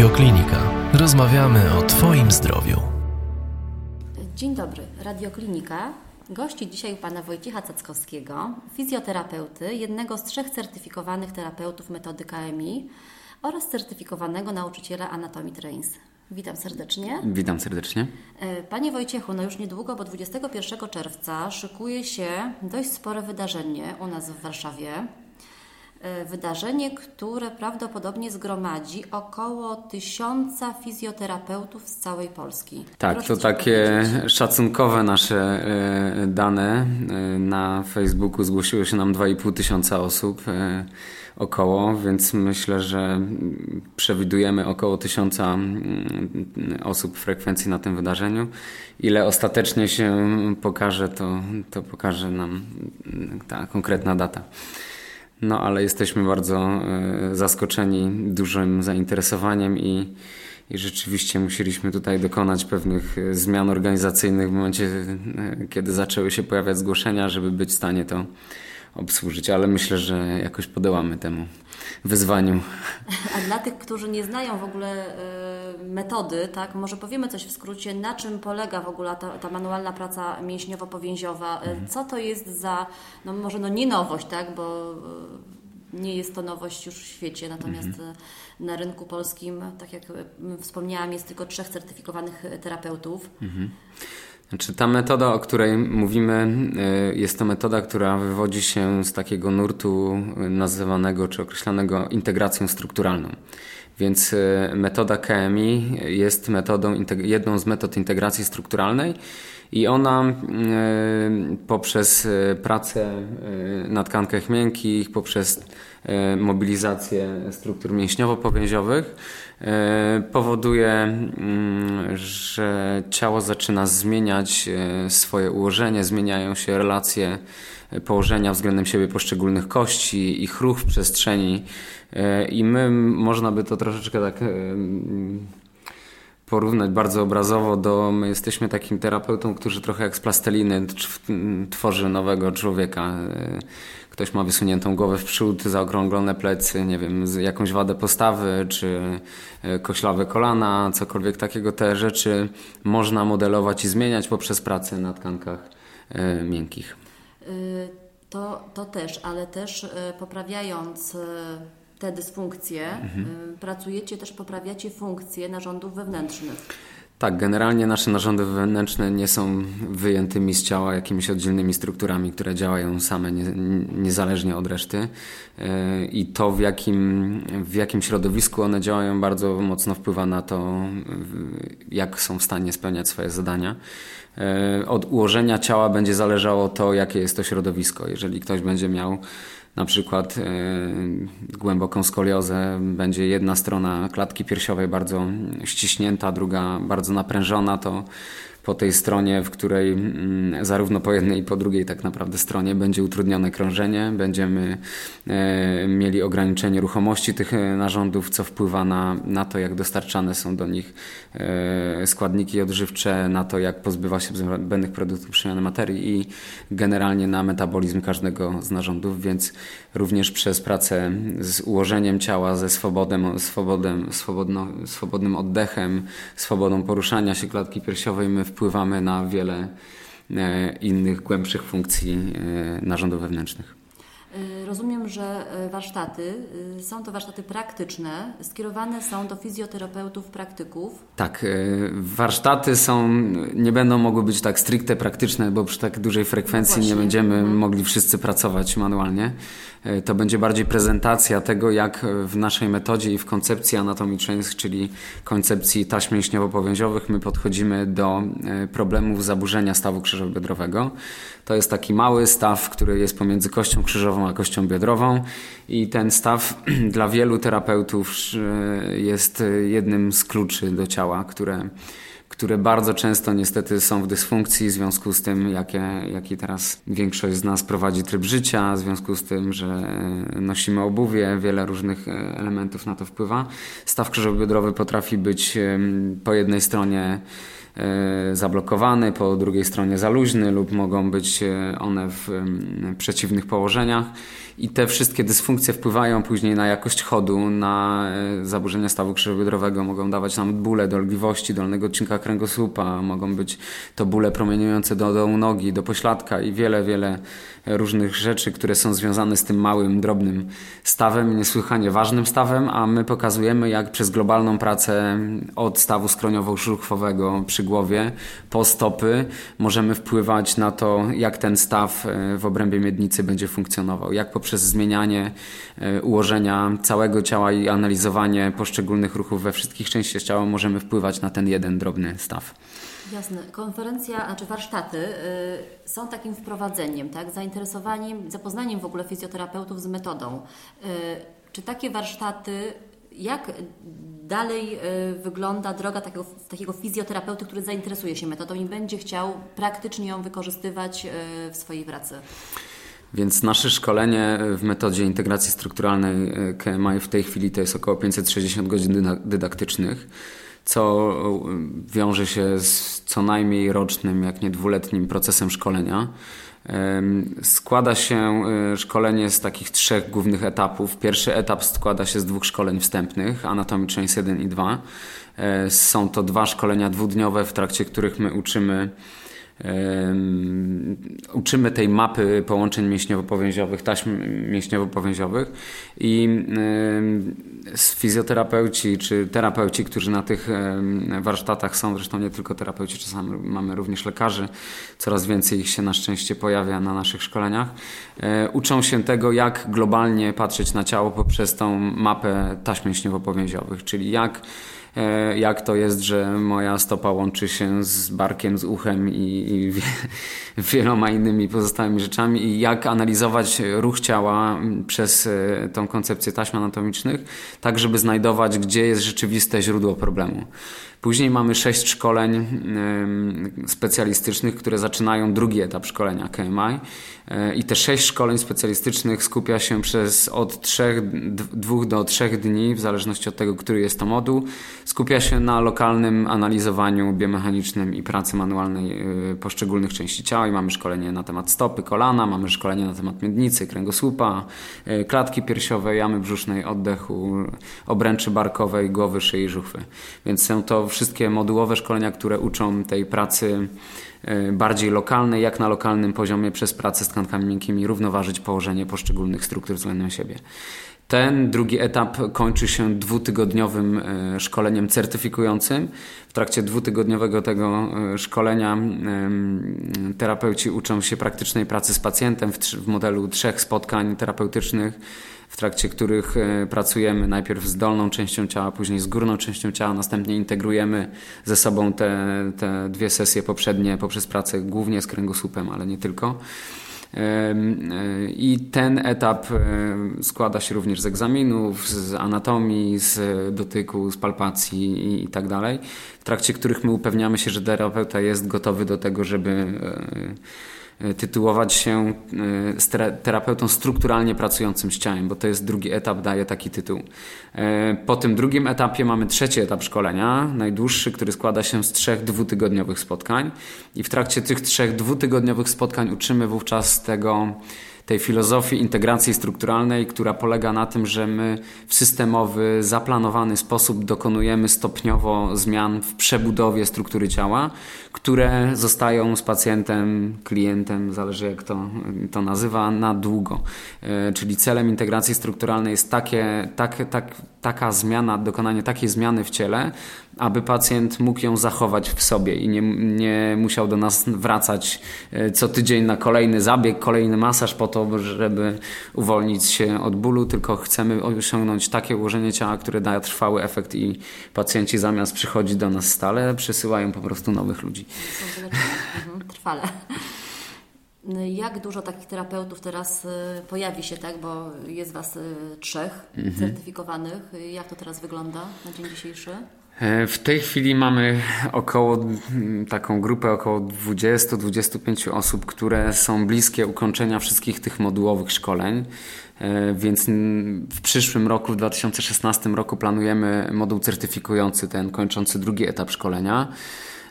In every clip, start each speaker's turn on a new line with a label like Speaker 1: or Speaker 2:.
Speaker 1: Radioklinika. Rozmawiamy o Twoim zdrowiu.
Speaker 2: Dzień dobry, Radioklinika. Gości dzisiaj u pana Wojciecha Cackowskiego, fizjoterapeuty, jednego z 3 certyfikowanych terapeutów metody KMI oraz certyfikowanego nauczyciela Anatomy Trains. Witam serdecznie.
Speaker 3: Witam serdecznie.
Speaker 2: Panie Wojciechu, już niedługo, bo 21 czerwca szykuje się dość spore wydarzenie u nas w Warszawie. Wydarzenie, które prawdopodobnie zgromadzi około 1000 fizjoterapeutów z całej Polski.
Speaker 3: Tak,
Speaker 2: Proszę
Speaker 3: to takie szacunkowe nasze dane. Na Facebooku zgłosiło się nam 2500 osób około, więc myślę, że przewidujemy około 1000 osób frekwencji na tym wydarzeniu. Ile ostatecznie się pokaże, to pokaże nam ta konkretna data. No, ale jesteśmy bardzo zaskoczeni dużym zainteresowaniem i rzeczywiście musieliśmy tutaj dokonać pewnych zmian organizacyjnych w momencie, kiedy zaczęły się pojawiać zgłoszenia, żeby być w stanie to obsłużyć, ale myślę, że jakoś podołamy temu wyzwaniu.
Speaker 2: A dla tych, którzy nie znają w ogóle metody, tak, może powiemy coś w skrócie, na czym polega w ogóle ta manualna praca mięśniowo-powięziowa, co to jest za, może nie nowość, tak, bo nie jest to nowość już w świecie, natomiast na rynku polskim, tak jak wspomniałam, jest tylko 3 certyfikowanych terapeutów.
Speaker 3: Znaczy, ta metoda, o której mówimy, jest to metoda, która wywodzi się z takiego nurtu nazywanego czy określanego integracją strukturalną. Więc metoda KMI jest jedną z metod integracji strukturalnej i ona poprzez pracę na tkankach miękkich, poprzez mobilizację struktur mięśniowo-powięziowych powoduje, że ciało zaczyna zmieniać swoje ułożenie, zmieniają się relacje położenia względem siebie poszczególnych kości, ich ruch w przestrzeni i można by to troszeczkę tak porównać bardzo obrazowo my jesteśmy takim terapeutą, który trochę jak z plasteliny tworzy nowego człowieka. Ktoś ma wysuniętą głowę w przód, zaokrąglone plecy, nie wiem, jakąś wadę postawy, czy koślawe kolana, cokolwiek takiego. Te rzeczy można modelować i zmieniać poprzez pracę na tkankach miękkich.
Speaker 2: To też, ale też poprawiając te dysfunkcje, poprawiacie funkcje narządów wewnętrznych.
Speaker 3: Tak, generalnie nasze narządy wewnętrzne nie są wyjętymi z ciała jakimiś oddzielnymi strukturami, które działają same, niezależnie od reszty. I to w jakim środowisku one działają, bardzo mocno wpływa na to, jak są w stanie spełniać swoje zadania. Od ułożenia ciała będzie zależało to, jakie jest to środowisko. Jeżeli ktoś będzie miał na przykład głęboką skoliozę, będzie jedna strona klatki piersiowej bardzo ściśnięta, druga bardzo naprężona, to po tej stronie, w której zarówno po jednej i po drugiej tak naprawdę stronie będzie utrudnione krążenie, będziemy mieli ograniczenie ruchomości tych narządów, co wpływa na to, jak dostarczane są do nich składniki odżywcze, na to, jak pozbywa się zbędnych produktów przemiany materii i generalnie na metabolizm każdego z narządów, więc również przez pracę z ułożeniem ciała, ze swobodnym oddechem, swobodą poruszania się klatki piersiowej, my wpływamy na wiele innych, głębszych funkcji narządów wewnętrznych.
Speaker 2: Rozumiem, że są to warsztaty praktyczne, skierowane są do fizjoterapeutów, praktyków.
Speaker 3: Tak, warsztaty nie będą mogły być tak stricte praktyczne, bo przy tak dużej frekwencji nie będziemy mogli wszyscy pracować manualnie. To będzie bardziej prezentacja tego, jak w naszej metodzie i w koncepcji Anatomy Trains, czyli koncepcji taśm mięśniowo-powięziowych, my podchodzimy do problemów zaburzenia stawu krzyżowo-biodrowego. To jest taki mały staw, który jest pomiędzy kością krzyżową a kością biodrową i ten staw dla wielu terapeutów jest jednym z kluczy do ciała, które bardzo często niestety są w dysfunkcji w związku z tym, jaki teraz większość z nas prowadzi tryb życia, w związku z tym, że nosimy obuwie, wiele różnych elementów na to wpływa. Staw krzyżowo-biodrowy potrafi być po jednej stronie zablokowany, po drugiej stronie za luźny lub mogą być one w przeciwnych położeniach. I te wszystkie dysfunkcje wpływają później na jakość chodu, na zaburzenia stawu krzyżobiodrowego, mogą dawać nam bóle, dolegliwości dolnego odcinka kręgosłupa, mogą być to bóle promieniujące do dołu nogi, do pośladka i wiele różnych rzeczy, które są związane z tym małym, drobnym stawem, niesłychanie ważnym stawem, a my pokazujemy, jak przez globalną pracę od stawu skroniowo-żuchwowego przy głowie po stopy możemy wpływać na to, jak ten staw w obrębie miednicy będzie funkcjonował, jak poprzez zmienianie ułożenia całego ciała i analizowanie poszczególnych ruchów we wszystkich częściach ciała możemy wpływać na ten jeden drobny staw.
Speaker 2: Jasne. Konferencja, znaczy warsztaty są takim wprowadzeniem, tak? Zainteresowaniem, zapoznaniem w ogóle fizjoterapeutów z metodą. Czy takie warsztaty, jak dalej wygląda droga takiego fizjoterapeuty, który zainteresuje się metodą i będzie chciał praktycznie ją wykorzystywać w swojej pracy?
Speaker 3: Więc nasze szkolenie w metodzie integracji strukturalnej KMI w tej chwili to jest około 560 godzin dydaktycznych, co wiąże się z co najmniej rocznym, jak nie dwuletnim procesem szkolenia. Składa się szkolenie z takich 3 głównych etapów. Pierwszy etap składa się z 2 szkoleń wstępnych, Anatomy Chains 1 i 2. Są to 2 szkolenia dwudniowe, w trakcie których my uczymy tej mapy połączeń mięśniowo-powięziowych, taśm mięśniowo-powięziowych i fizjoterapeuci czy terapeuci, którzy na tych warsztatach są, zresztą nie tylko terapeuci, czasami mamy również lekarzy, coraz więcej ich się na szczęście pojawia na naszych szkoleniach, uczą się tego, jak globalnie patrzeć na ciało poprzez tą mapę taśm mięśniowo-powięziowych, czyli jak to jest, że moja stopa łączy się z barkiem, z uchem i wieloma innymi pozostałymi rzeczami i jak analizować ruch ciała przez tą koncepcję taśm anatomicznych, tak żeby znajdować, gdzie jest rzeczywiste źródło problemu. Później mamy 6 szkoleń specjalistycznych, które zaczynają drugi etap szkolenia KMI i te 6 szkoleń specjalistycznych skupia się od 2 do 3 dni, w zależności od tego, który jest to moduł, skupia się na lokalnym analizowaniu biomechanicznym i pracy manualnej poszczególnych części ciała i mamy szkolenie na temat stopy, kolana, mamy szkolenie na temat miednicy, kręgosłupa, klatki piersiowej, jamy brzusznej, oddechu, obręczy barkowej, głowy, szyi, żuchwy. Więc są to wszystkie modułowe szkolenia, które uczą tej pracy bardziej lokalnej, jak na lokalnym poziomie przez pracę z tkankami miękkimi równoważyć położenie poszczególnych struktur względem siebie. Ten drugi etap kończy się 2-tygodniowym szkoleniem certyfikującym. W trakcie 2-tygodniowego tego szkolenia terapeuci uczą się praktycznej pracy z pacjentem w modelu 3 spotkań terapeutycznych, w trakcie których pracujemy najpierw z dolną częścią ciała, później z górną częścią ciała, następnie integrujemy ze sobą te 2 sesje poprzednie poprzez pracę głównie z kręgosłupem, ale nie tylko. I ten etap składa się również z egzaminów, z anatomii, z dotyku, z palpacji i tak dalej, w trakcie których my upewniamy się, że terapeuta jest gotowy do tego, żeby tytułować się terapeutą strukturalnie pracującym z ciałem, bo to jest drugi etap, daje taki tytuł. Po tym drugim etapie mamy 3 etap szkolenia, najdłuższy, który składa się z 3 dwutygodniowych spotkań i w trakcie tych 3 dwutygodniowych spotkań uczymy wówczas tej filozofii integracji strukturalnej, która polega na tym, że my w systemowy, zaplanowany sposób dokonujemy stopniowo zmian w przebudowie struktury ciała, które zostają z pacjentem, klientem, zależy jak to nazywa, na długo. Czyli celem integracji strukturalnej jest taka zmiana, dokonanie takiej zmiany w ciele, aby pacjent mógł ją zachować w sobie i nie musiał do nas wracać co tydzień na kolejny zabieg, kolejny masaż po to, żeby uwolnić się od bólu, tylko chcemy osiągnąć takie ułożenie ciała, które daje trwały efekt i pacjenci zamiast przychodzić do nas stale, przysyłają po prostu nowych ludzi.
Speaker 2: Trwale. Jak dużo takich terapeutów teraz pojawi się, tak? Bo jest Was 3 certyfikowanych. Jak to teraz wygląda na dzień dzisiejszy?
Speaker 3: W tej chwili mamy taką grupę około 20-25 osób, które są bliskie ukończenia wszystkich tych modułowych szkoleń, więc w przyszłym roku, w 2016 roku planujemy moduł certyfikujący, ten kończący drugi etap szkolenia.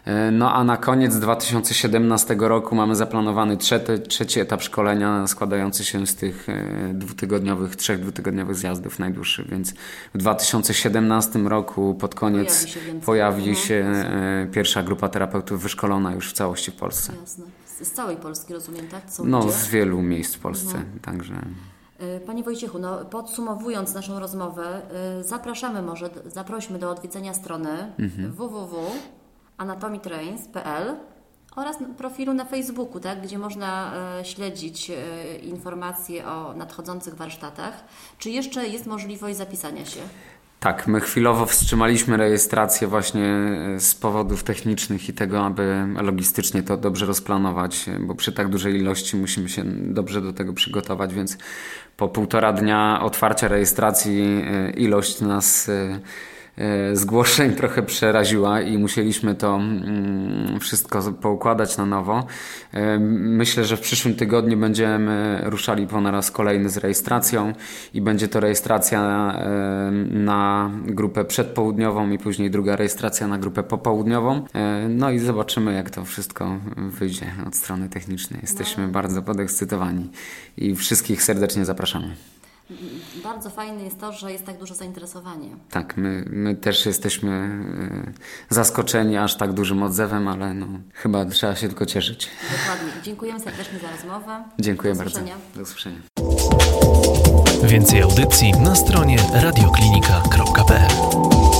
Speaker 3: No a na koniec 2017 roku mamy zaplanowany trzeci etap szkolenia składający się z tych trzech dwutygodniowych zjazdów najdłuższych, więc w 2017 roku pod koniec pojawi się pierwsza grupa terapeutów wyszkolona już w całości w Polsce.
Speaker 2: Jasne. Z całej Polski, rozumiem, tak?
Speaker 3: Z wielu miejsc w Polsce, także...
Speaker 2: Panie Wojciechu, podsumowując naszą rozmowę, zaprośmy do odwiedzenia strony www.anatomitrains.pl oraz profilu na Facebooku, tak, gdzie można śledzić informacje o nadchodzących warsztatach. Czy jeszcze jest możliwość zapisania się?
Speaker 3: Tak, my chwilowo wstrzymaliśmy rejestrację właśnie z powodów technicznych i tego, aby logistycznie to dobrze rozplanować, bo przy tak dużej ilości musimy się dobrze do tego przygotować, więc po 1,5 dnia otwarcia rejestracji ilość nas zgłoszeń trochę przeraziła i musieliśmy to wszystko poukładać na nowo. Myślę, że w przyszłym tygodniu będziemy ruszali po naraz kolejny z rejestracją i będzie to rejestracja na grupę przedpołudniową i później druga rejestracja na grupę popołudniową. No i zobaczymy, jak to wszystko wyjdzie od strony technicznej. Jesteśmy bardzo podekscytowani i wszystkich serdecznie zapraszamy.
Speaker 2: Bardzo fajne jest to, że jest tak duże zainteresowanie.
Speaker 3: Tak, my też jesteśmy zaskoczeni aż tak dużym odzewem, ale chyba trzeba się tylko cieszyć.
Speaker 2: Dokładnie. Dziękujemy serdecznie za rozmowę.
Speaker 3: Dziękuję bardzo. Do usłyszenia.
Speaker 1: Więcej audycji na stronie radioklinika.pl